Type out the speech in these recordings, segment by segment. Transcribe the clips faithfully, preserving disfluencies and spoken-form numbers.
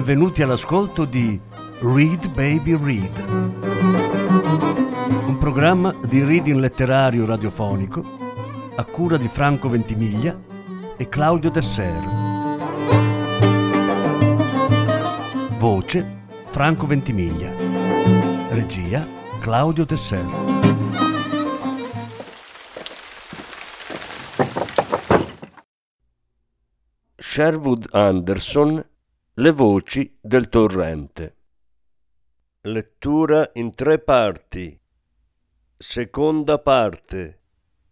benvenuti all'ascolto di Read Baby Read, un programma di reading letterario radiofonico a cura di Franco Ventimiglia e Claudio Desser. Voce Franco Ventimiglia. Regia Claudio Desser. Sherwood Anderson, Le voci del torrente. Lettura in tre parti. Seconda parte.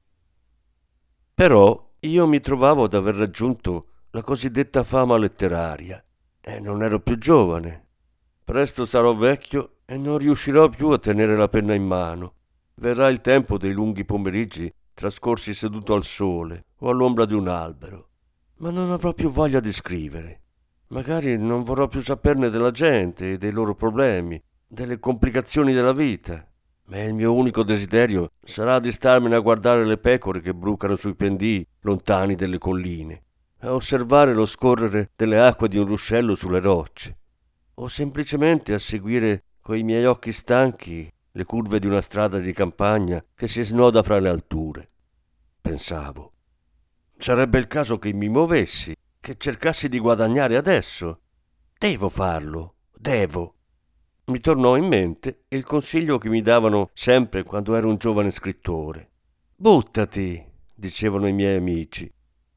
Però io mi trovavo ad aver raggiunto la cosiddetta fama letteraria e non ero più giovane. Presto sarò vecchio e non riuscirò più a tenere la penna in mano. Verrà il tempo dei lunghi pomeriggi trascorsi seduto al sole o all'ombra di un albero. Ma non avrò più voglia di scrivere. Magari non vorrò più saperne della gente e dei loro problemi, delle complicazioni della vita. Ma il mio unico desiderio sarà di starmene a guardare le pecore che brucano sui pendii lontani delle colline, a osservare lo scorrere delle acque di un ruscello sulle rocce, o semplicemente a seguire coi miei occhi stanchi le curve di una strada di campagna che si snoda fra le alture. Pensavo, sarebbe il caso che mi muovessi, che cercassi di guadagnare adesso. Devo farlo, devo. Mi tornò in mente il consiglio che mi davano sempre quando ero un giovane scrittore. Buttati, dicevano i miei amici.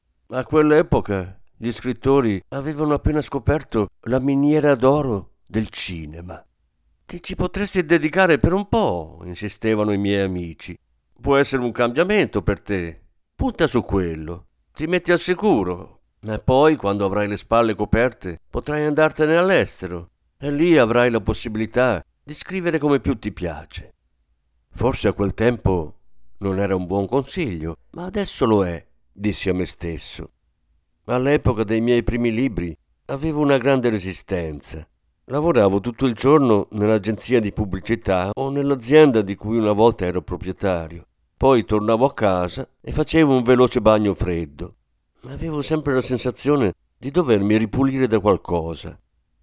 A quell'epoca gli scrittori avevano appena scoperto la miniera d'oro del cinema. Ti ci potresti dedicare per un po', insistevano i miei amici. Può essere un cambiamento per te. Punta su quello. Ti metti al sicuro. E poi, quando avrai le spalle coperte, potrai andartene all'estero e lì avrai la possibilità di scrivere come più ti piace. Forse a quel tempo non era un buon consiglio, ma adesso lo è, dissi a me stesso. All'epoca dei miei primi libri avevo una grande resistenza. Lavoravo tutto il giorno nell'agenzia di pubblicità o nell'azienda di cui una volta ero proprietario. Poi tornavo a casa e facevo un veloce bagno freddo. Avevo sempre la sensazione di dovermi ripulire da qualcosa.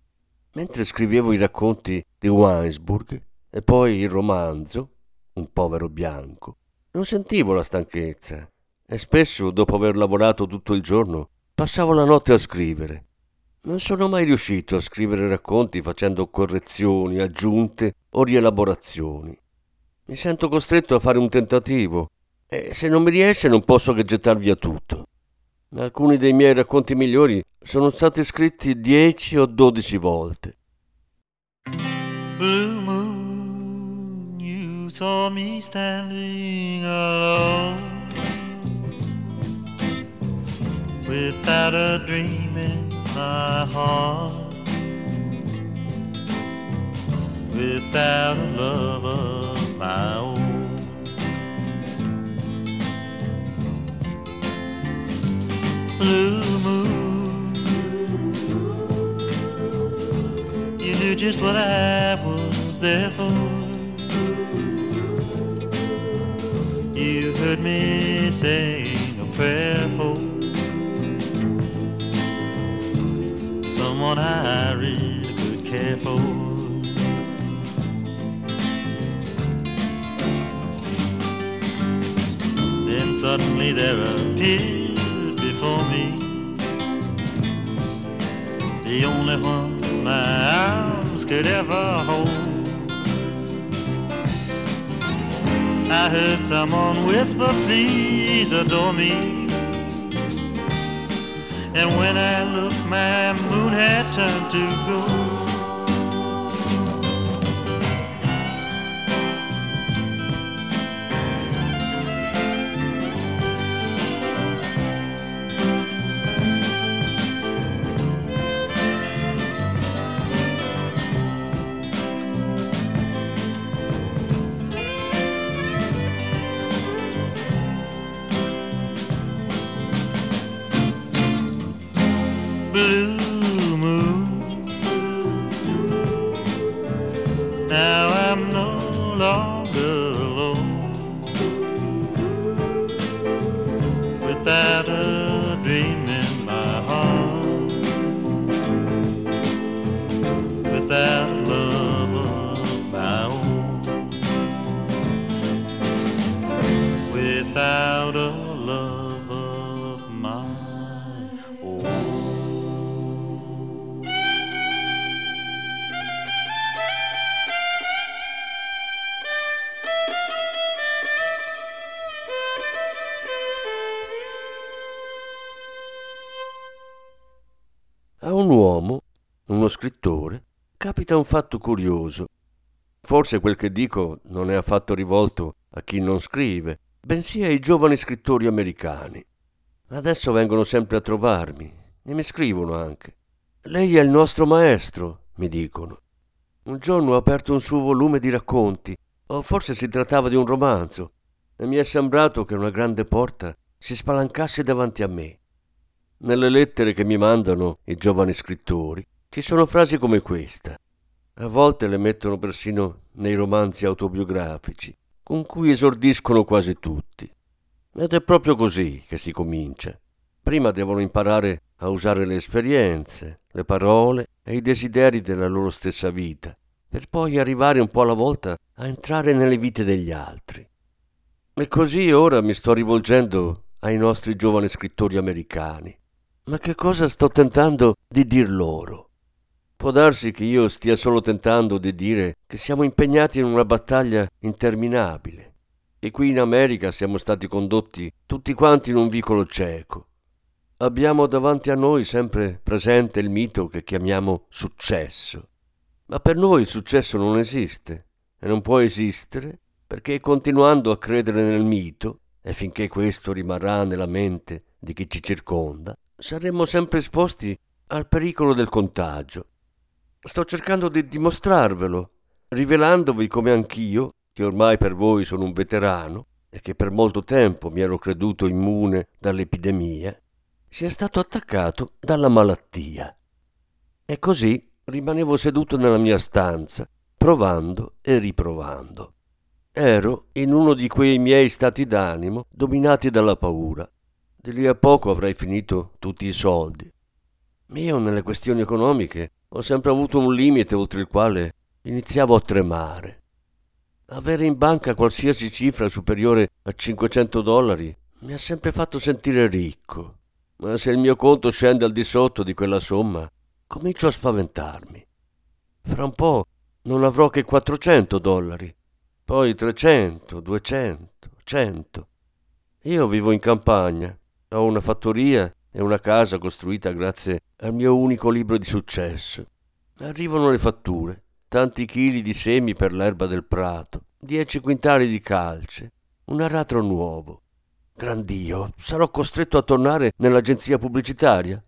Mentre scrivevo i racconti di Weinsburg e poi il romanzo, Un povero bianco, non sentivo la stanchezza e spesso, dopo aver lavorato tutto il giorno, passavo la notte a scrivere. Non sono mai riuscito a scrivere racconti facendo correzioni, aggiunte o rielaborazioni. Mi sento costretto a fare un tentativo e se non mi riesce non posso che gettar via tutto. Alcuni dei miei racconti migliori sono stati scritti dieci o dodici volte. Blue moon, you saw me standing alone, without a dream in my heart, without a love of my own. Blue moon, you knew just what I was there for. You heard me sing a prayer for someone I really could care for. Then suddenly there appeared before me the only one my arms could ever hold. I heard someone whisper, please adore me, and when I looked my moon had turned to gold. Blue moon, now I'm no longer alone, without a dream in my heart, uno scrittore, capita un fatto curioso. Forse quel che dico non è affatto rivolto a chi non scrive, bensì ai giovani scrittori americani. Adesso vengono sempre a trovarmi e mi scrivono anche. Lei è il nostro maestro, mi dicono. Un giorno ho aperto un suo volume di racconti, o forse si trattava di un romanzo, e mi è sembrato che una grande porta si spalancasse davanti a me. Nelle lettere che mi mandano i giovani scrittori ci sono frasi come questa. A volte le mettono persino nei romanzi autobiografici, con cui esordiscono quasi tutti. Ed è proprio così che si comincia. Prima devono imparare a usare le esperienze, le parole e i desideri della loro stessa vita, per poi arrivare un po' alla volta a entrare nelle vite degli altri. E così ora mi sto rivolgendo ai nostri giovani scrittori americani. Ma che cosa sto tentando di dir loro? Può darsi che io stia solo tentando di dire che siamo impegnati in una battaglia interminabile, che qui in America siamo stati condotti tutti quanti in un vicolo cieco. Abbiamo davanti a noi sempre presente il mito che chiamiamo successo. Ma per noi il successo non esiste e non può esistere perché continuando a credere nel mito, e finché questo rimarrà nella mente di chi ci circonda, saremmo sempre esposti al pericolo del contagio. Sto cercando di dimostrarvelo, rivelandovi come anch'io, che ormai per voi sono un veterano e che per molto tempo mi ero creduto immune dall'epidemia, sia stato attaccato dalla malattia. E così rimanevo seduto nella mia stanza, provando e riprovando. Ero in uno di quei miei stati d'animo dominati dalla paura. Di lì a poco avrei finito tutti i soldi. Io nelle questioni economiche ho sempre avuto un limite oltre il quale iniziavo a tremare. Avere in banca qualsiasi cifra superiore a cinquecento dollari mi ha sempre fatto sentire ricco, ma se il mio conto scende al di sotto di quella somma, comincio a spaventarmi. Fra un po' non avrò che quattrocento dollari, poi trecento, duecento, cento. Io vivo in campagna, ho una fattoria e una casa costruita grazie al mio unico libro di successo. Arrivano le fatture, tanti chili di semi per l'erba del prato, dieci quintali di calce, un aratro nuovo. Gran Dio, sarò costretto a tornare nell'agenzia pubblicitaria?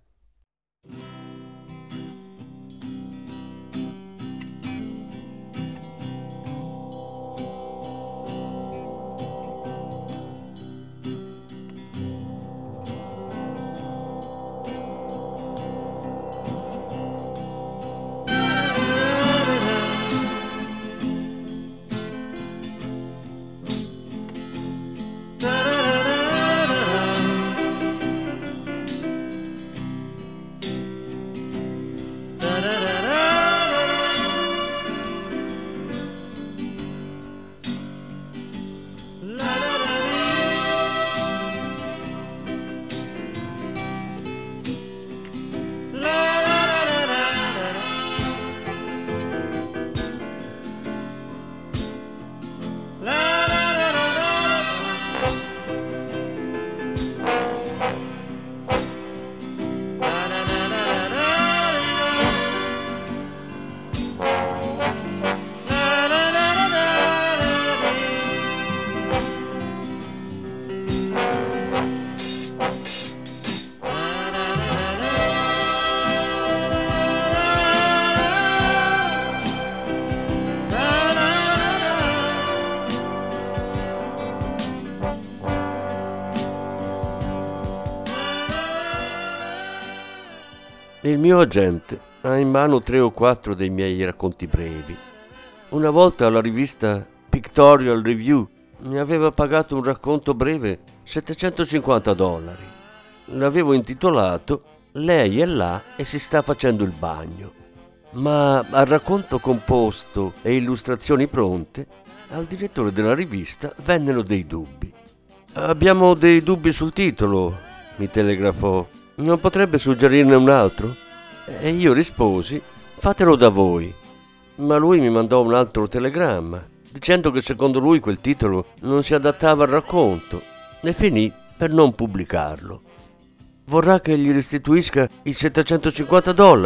Il mio agente ha in mano tre o quattro dei miei racconti brevi. Una volta la rivista Pictorial Review mi aveva pagato un racconto breve settecentocinquanta dollari. L'avevo intitolato Lei è là e si sta facendo il bagno. Ma al racconto composto e illustrazioni pronte, al direttore della rivista vennero dei dubbi. Abbiamo dei dubbi sul titolo, mi telegrafò. Non potrebbe suggerirne un altro? E io risposi, fatelo da voi. Ma lui mi mandò un altro telegramma, dicendo che secondo lui quel titolo non si adattava al racconto, e finì per non pubblicarlo. Vorrà che gli restituisca i settecentocinquanta dollari?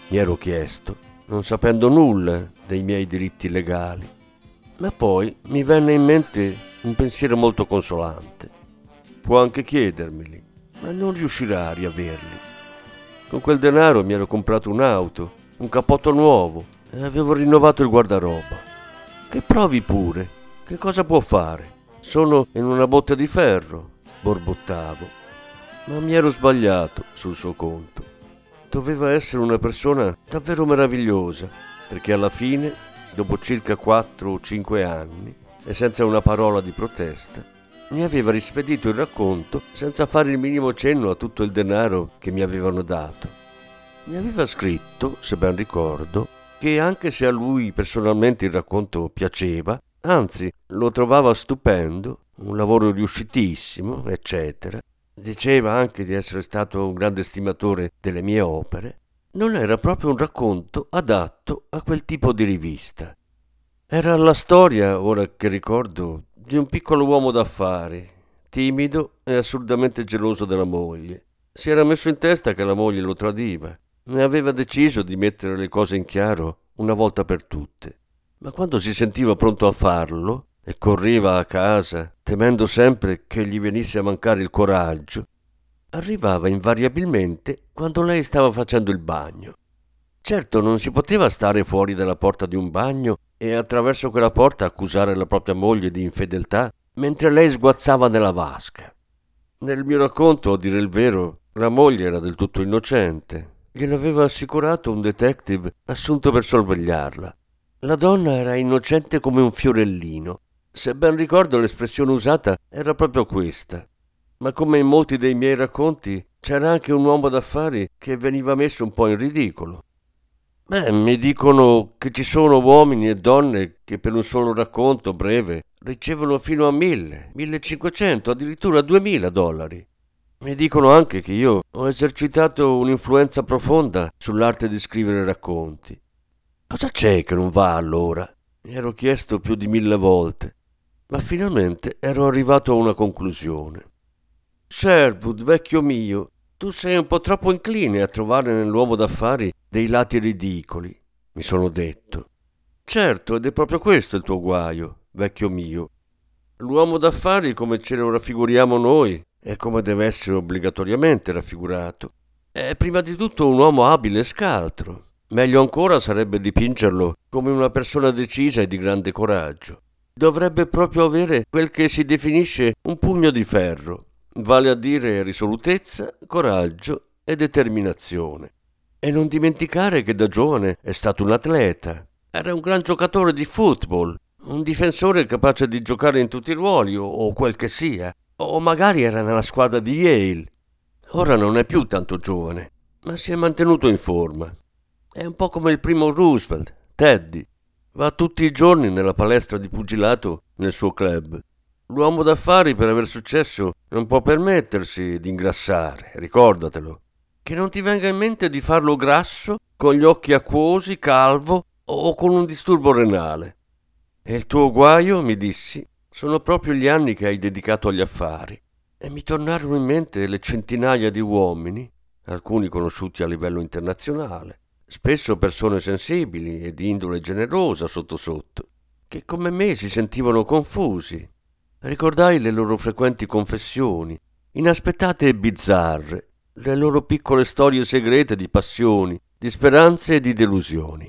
mi ero chiesto, non sapendo nulla dei miei diritti legali. Ma poi mi venne in mente un pensiero molto consolante. Può anche chiedermeli, ma non riuscirà a riaverli. Con quel denaro mi ero comprato un'auto, un cappotto nuovo e avevo rinnovato il guardaroba. Che provi pure, che cosa può fare? Sono in una botte di ferro, borbottavo. Ma mi ero sbagliato sul suo conto. Doveva essere una persona davvero meravigliosa, perché alla fine, dopo circa quattro o cinque anni, e senza una parola di protesta, mi aveva rispedito il racconto senza fare il minimo cenno a tutto il denaro che mi avevano dato. Mi aveva scritto, se ben ricordo, che anche se a lui personalmente il racconto piaceva, anzi lo trovava stupendo, un lavoro riuscitissimo, eccetera, diceva anche di essere stato un grande stimatore delle mie opere, non era proprio un racconto adatto a quel tipo di rivista. Era la storia, ora che ricordo, di un piccolo uomo d'affari, timido e assurdamente geloso della moglie. Si era messo in testa che la moglie lo tradiva e aveva deciso di mettere le cose in chiaro una volta per tutte. Ma quando si sentiva pronto a farlo e correva a casa, temendo sempre che gli venisse a mancare il coraggio, arrivava invariabilmente quando lei stava facendo il bagno. Certo, non si poteva stare fuori dalla porta di un bagno e attraverso quella porta accusare la propria moglie di infedeltà mentre lei sguazzava nella vasca. Nel mio racconto, a dire il vero, la moglie era del tutto innocente. Gliel'aveva assicurato un detective assunto per sorvegliarla. La donna era innocente come un fiorellino. Se ben ricordo, l'espressione usata era proprio questa. Ma come in molti dei miei racconti, c'era anche un uomo d'affari che veniva messo un po' in ridicolo. Beh, mi dicono che ci sono uomini e donne che per un solo racconto breve ricevono fino a mille, millecinquecento, addirittura duemila dollari. Mi dicono anche che io ho esercitato un'influenza profonda sull'arte di scrivere racconti. Cosa c'è che non va allora? Mi ero chiesto più di mille volte, ma finalmente ero arrivato a una conclusione. Sherwood, vecchio mio, tu sei un po' troppo incline a trovare nell'uomo d'affari dei lati ridicoli, mi sono detto. Certo, ed è proprio questo il tuo guaio, vecchio mio. L'uomo d'affari, come ce lo raffiguriamo noi, e come deve essere obbligatoriamente raffigurato, è prima di tutto un uomo abile e scaltro. Meglio ancora sarebbe dipingerlo come una persona decisa e di grande coraggio. Dovrebbe proprio avere quel che si definisce un pugno di ferro, vale a dire risolutezza, coraggio e determinazione. E non dimenticare che da giovane è stato un atleta. Era un gran giocatore di football, un difensore capace di giocare in tutti i ruoli o, o quel che sia. O magari era nella squadra di Yale. Ora non è più tanto giovane, ma si è mantenuto in forma. È un po' come il primo Roosevelt, Teddy. Va tutti i giorni nella palestra di pugilato nel suo club. L'uomo d'affari, per aver successo, non può permettersi di ingrassare, ricordatelo. Che non ti venga in mente di farlo grasso, con gli occhi acquosi, calvo o con un disturbo renale. E il tuo guaio, mi dissi, sono proprio gli anni che hai dedicato agli affari. E mi tornarono in mente le centinaia di uomini, alcuni conosciuti a livello internazionale, spesso persone sensibili e di indole generosa sotto sotto, che come me si sentivano confusi. Ricordai le loro frequenti confessioni, inaspettate e bizzarre, le loro piccole storie segrete di passioni, di speranze e di delusioni.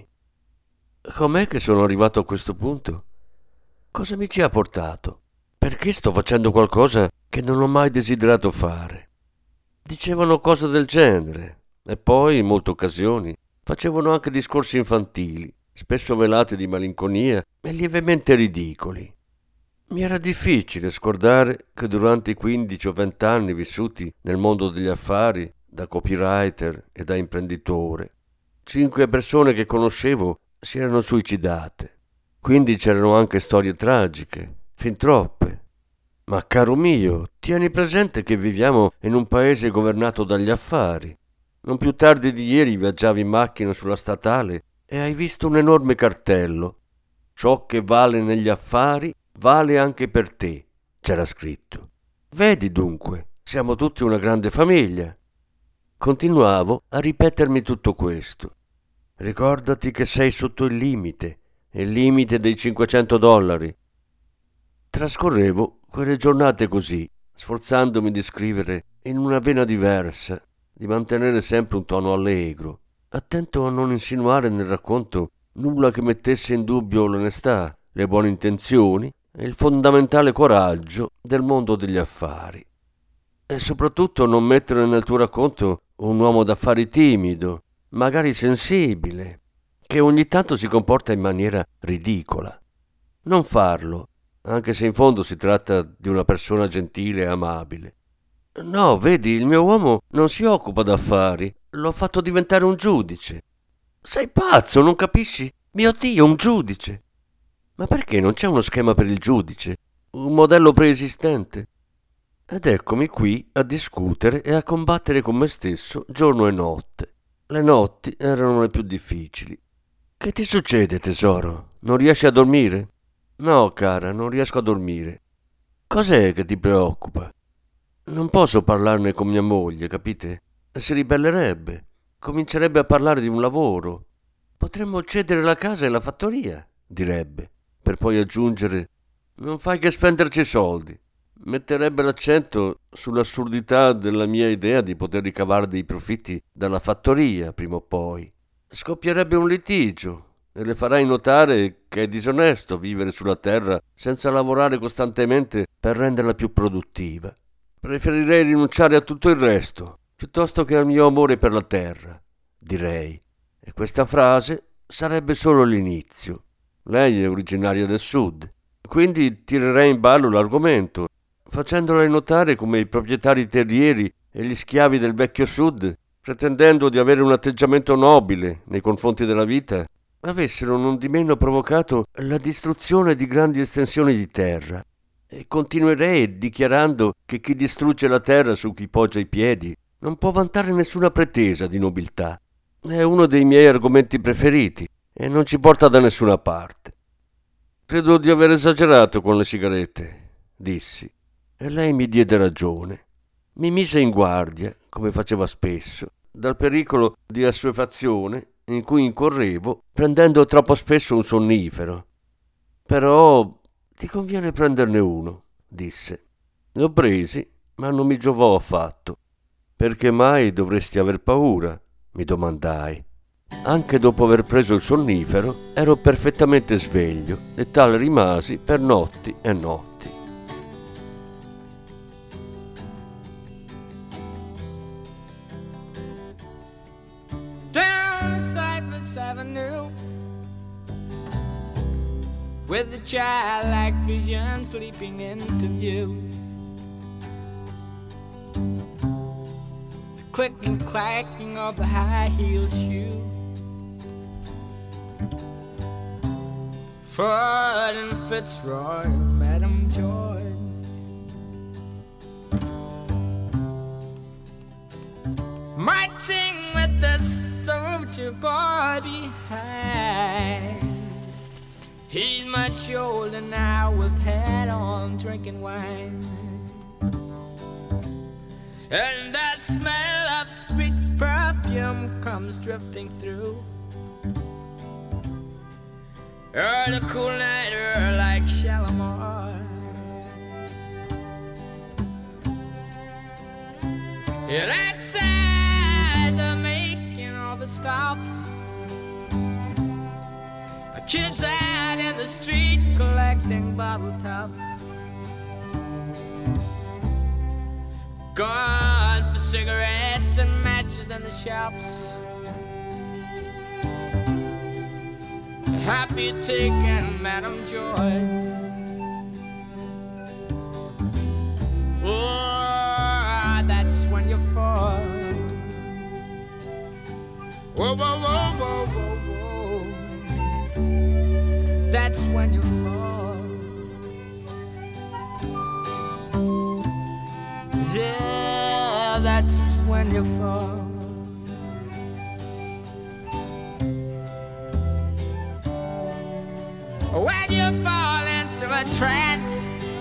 Com'è che sono arrivato a questo punto? Cosa mi ci ha portato? Perché sto facendo qualcosa che non ho mai desiderato fare? Dicevano cose del genere e poi, in molte occasioni, facevano anche discorsi infantili, spesso velati di malinconia e lievemente ridicoli. Mi era difficile scordare che durante i quindici o venti anni vissuti nel mondo degli affari, da copywriter e da imprenditore, cinque persone che conoscevo si erano suicidate. Quindi c'erano anche storie tragiche, fin troppe. Ma caro mio, tieni presente che viviamo in un paese governato dagli affari. Non più tardi di ieri viaggiavi in macchina sulla statale e hai visto un enorme cartello. Ciò che vale negli affari vale anche per te, c'era scritto. Vedi dunque, siamo tutti una grande famiglia. Continuavo a ripetermi tutto questo. Ricordati che sei sotto il limite, il limite dei cinquecento dollari. Trascorrevo quelle giornate così, sforzandomi di scrivere in una vena diversa, di mantenere sempre un tono allegro, attento a non insinuare nel racconto nulla che mettesse in dubbio l'onestà, le buone intenzioni e il fondamentale coraggio del mondo degli affari. E soprattutto non mettere nel tuo racconto un uomo d'affari timido, magari sensibile, che ogni tanto si comporta in maniera ridicola. Non farlo, anche se in fondo si tratta di una persona gentile e amabile. No, vedi, il mio uomo non si occupa d'affari, l'ho fatto diventare un giudice. Sei pazzo, non capisci? Mio Dio, un giudice! Ma perché non c'è uno schema per il giudice? Un modello preesistente? Ed eccomi qui a discutere e a combattere con me stesso giorno e notte. Le notti erano le più difficili. Che ti succede, tesoro? Non riesci a dormire? No, cara, non riesco a dormire. Cos'è che ti preoccupa? Non posso parlarne con mia moglie, capite? Si ribellerebbe. Comincerebbe a parlare di un lavoro. Potremmo cedere la casa e la fattoria, direbbe, per poi aggiungere: non fai che spenderci soldi. Metterebbe l'accento sull'assurdità della mia idea di poter ricavare dei profitti dalla fattoria prima o poi. Scoppierebbe un litigio e le farai notare che è disonesto vivere sulla terra senza lavorare costantemente per renderla più produttiva. Preferirei rinunciare a tutto il resto piuttosto che al mio amore per la terra, direi. E questa frase sarebbe solo l'inizio. Lei è originaria del sud, quindi tirerei in ballo l'argomento, facendole notare come i proprietari terrieri e gli schiavi del vecchio sud, pretendendo di avere un atteggiamento nobile nei confronti della vita, avessero non di meno provocato la distruzione di grandi estensioni di terra. E continuerei dichiarando che chi distrugge la terra su cui poggia i piedi non può vantare nessuna pretesa di nobiltà. È uno dei miei argomenti preferiti e non ci porta da nessuna parte. Credo di aver esagerato con le sigarette, dissi, e lei mi diede ragione. Mi mise in guardia, come faceva spesso, dal pericolo di assuefazione in cui incorrevo prendendo troppo spesso un sonnifero. Però ti conviene prenderne uno, disse. L'ho presi, ma non mi giovò affatto. Perché mai dovresti aver paura? Mi domandai. Anche dopo aver preso il sonnifero ero perfettamente sveglio e tale rimasi per notti e notti. Down Cypress Avenue, with the childlike vision sleeping into view. The clicking, clacking of the high-heeled shoe. Ford and Fitzroy, Madam Joy. Marching with the soldier boy behind. He's much older now with hat on, drinking wine. And that smell of sweet perfume comes drifting through. Oh, the cool night air like Shalimar. And outside they're making all the stops. Kids out in the street collecting bottle tops. Gone for cigarettes and matches in the shops. Happy taking Madam Joy. Oh, that's when you fall. Whoa, whoa, whoa, whoa, whoa, whoa. That's when you fall. Yeah, that's when you fall. When you fall into a trance,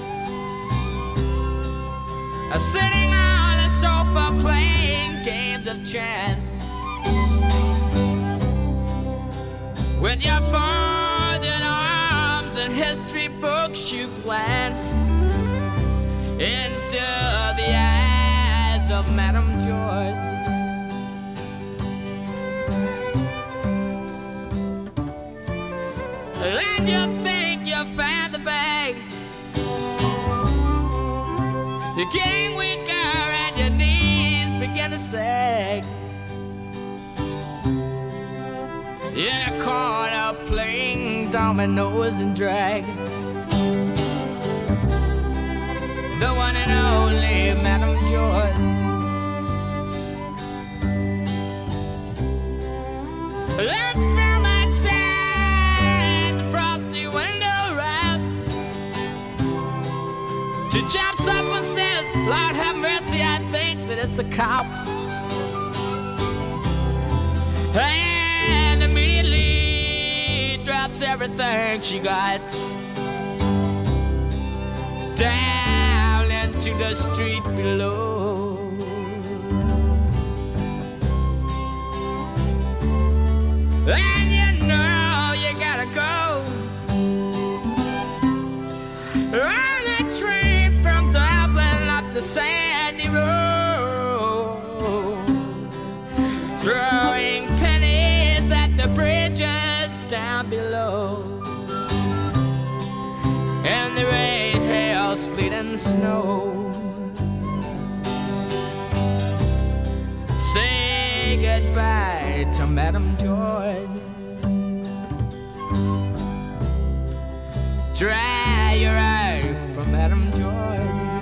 sitting on a sofa playing games of chance. With your folded arms and history books you glance into the eyes of Madame George. And you think you found the bag. You came weaker and your knees began to sag. In a corner playing dominoes and drag. The one and only Madame George. Look from outside the frosty window wraps. She jumps up and says, Lord have mercy, I think that it's the cops. And immediately drops everything she got down into the street below. And you know you gotta go on the train from Dublin up the sandy road, throwing pennies at the bridges down below. And the rain, hail, sleet and snow. Say goodbye to Madame George. Dry your eye for Madame George.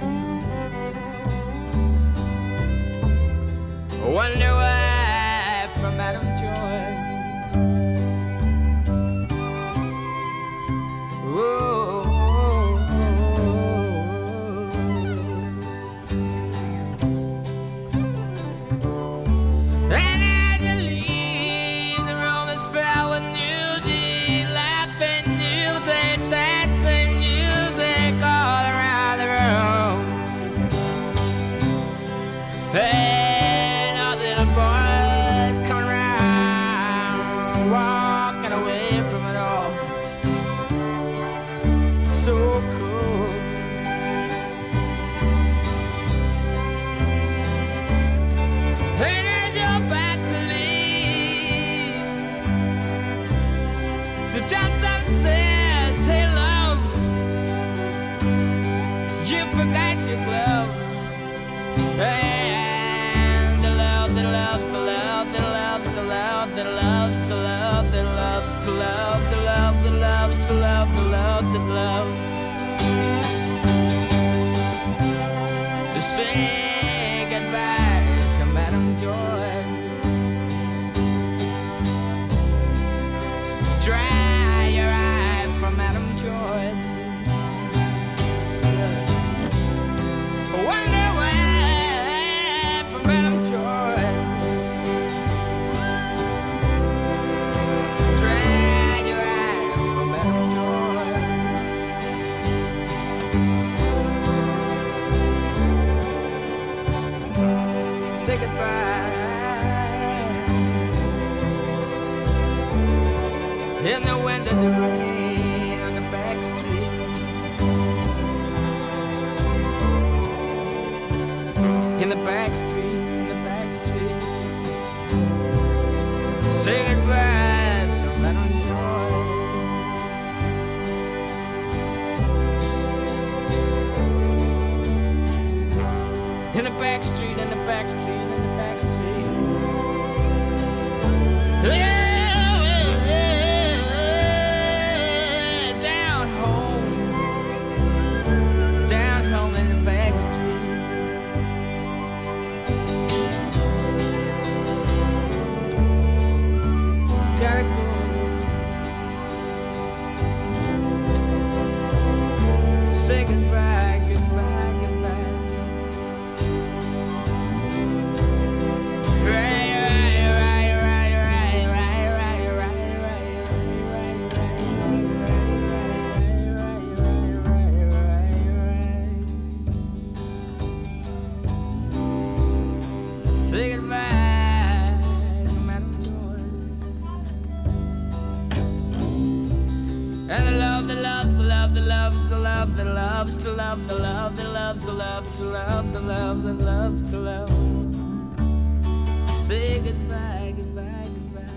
Wonder why for Madame George. Whoa. And as you leave, the Romans fell with music, laughing music, dancing music all around the room. And all the little boys coming around, walking away from it all. So cool. And as you're back to leave, the jumps up and says, hey love, you forgot your glove. And the love that loves, the love that loves, the love that loves, the love that loves, to love, the love that loves, to love, the love that loves. To say goodbye to Madame George. Dry your eye for Madame George. Wonder why for Madame George. Dry your eye for Madame George. Say goodbye. In the wind and the rain on the back street. In the back street, in the back street. Say goodbye to Madame George. In the back street, in the back street, in the back street. Yeah. Say goodbye, goodbye, goodbye. Say goodbye to Madame George. love, that loves to love, the love, that loves to love, to love, the love, that loves to love. Say goodbye, goodbye, goodbye,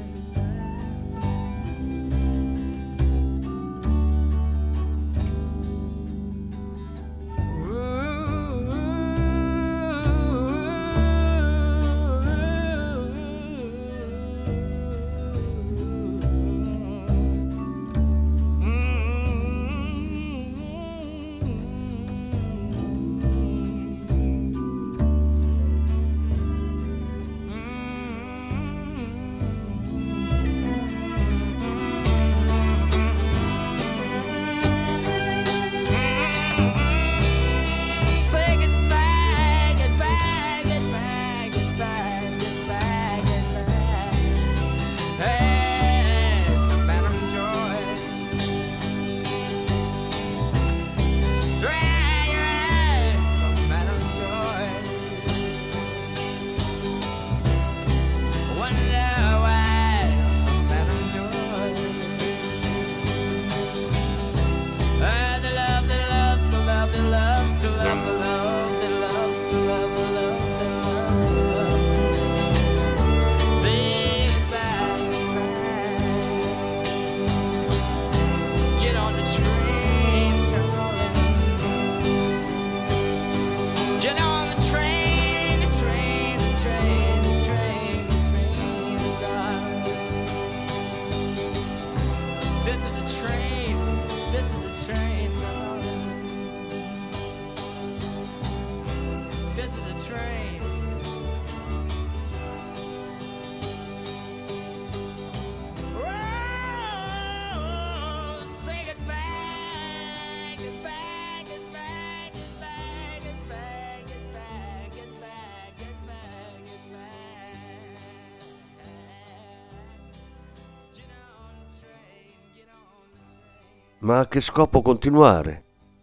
Ma a che scopo continuare?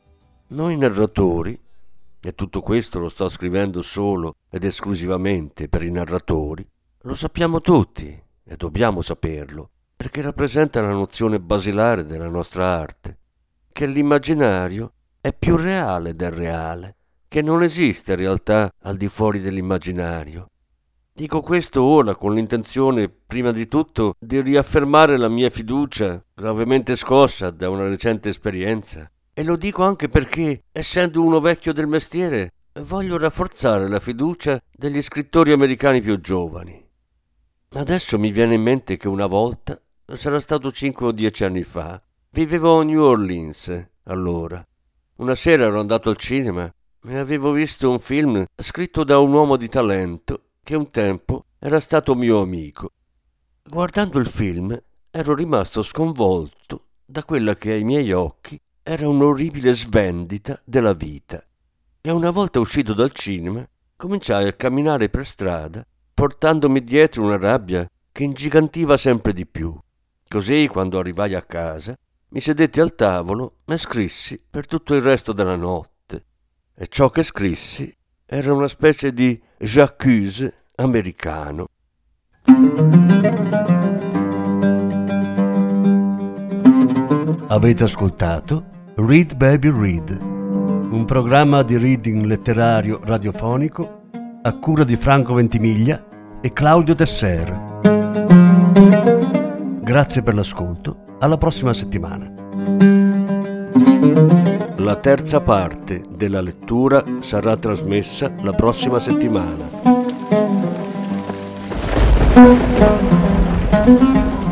Noi narratori, e tutto questo lo sto scrivendo solo ed esclusivamente per i narratori, lo sappiamo tutti e dobbiamo saperlo, perché rappresenta la nozione basilare della nostra arte, che l'immaginario è più reale del reale, che non esiste realtà al di fuori dell'immaginario. Dico questo ora con l'intenzione, prima di tutto, di riaffermare la mia fiducia, gravemente scossa da una recente esperienza. E lo dico anche perché, essendo uno vecchio del mestiere, voglio rafforzare la fiducia degli scrittori americani più giovani. Adesso mi viene in mente che una volta, sarà stato cinque o dieci anni fa, vivevo a New Orleans, allora. Una sera ero andato al cinema e avevo visto un film scritto da un uomo di talento che un tempo era stato mio amico. Guardando il film ero rimasto sconvolto da quella che ai miei occhi era un'orribile svendita della vita. E una volta uscito dal cinema cominciai a camminare per strada portandomi dietro una rabbia che ingigantiva sempre di più. Così, quando arrivai a casa, mi sedetti al tavolo e scrissi per tutto il resto della notte. E ciò che scrissi era una specie di j'accuse americano. Avete ascoltato Read Baby Read, un programma di reading letterario radiofonico a cura di Franco Ventimiglia e Claudio Tesser. Grazie per l'ascolto, alla prossima settimana. La terza parte della lettura sarà trasmessa la prossima settimana.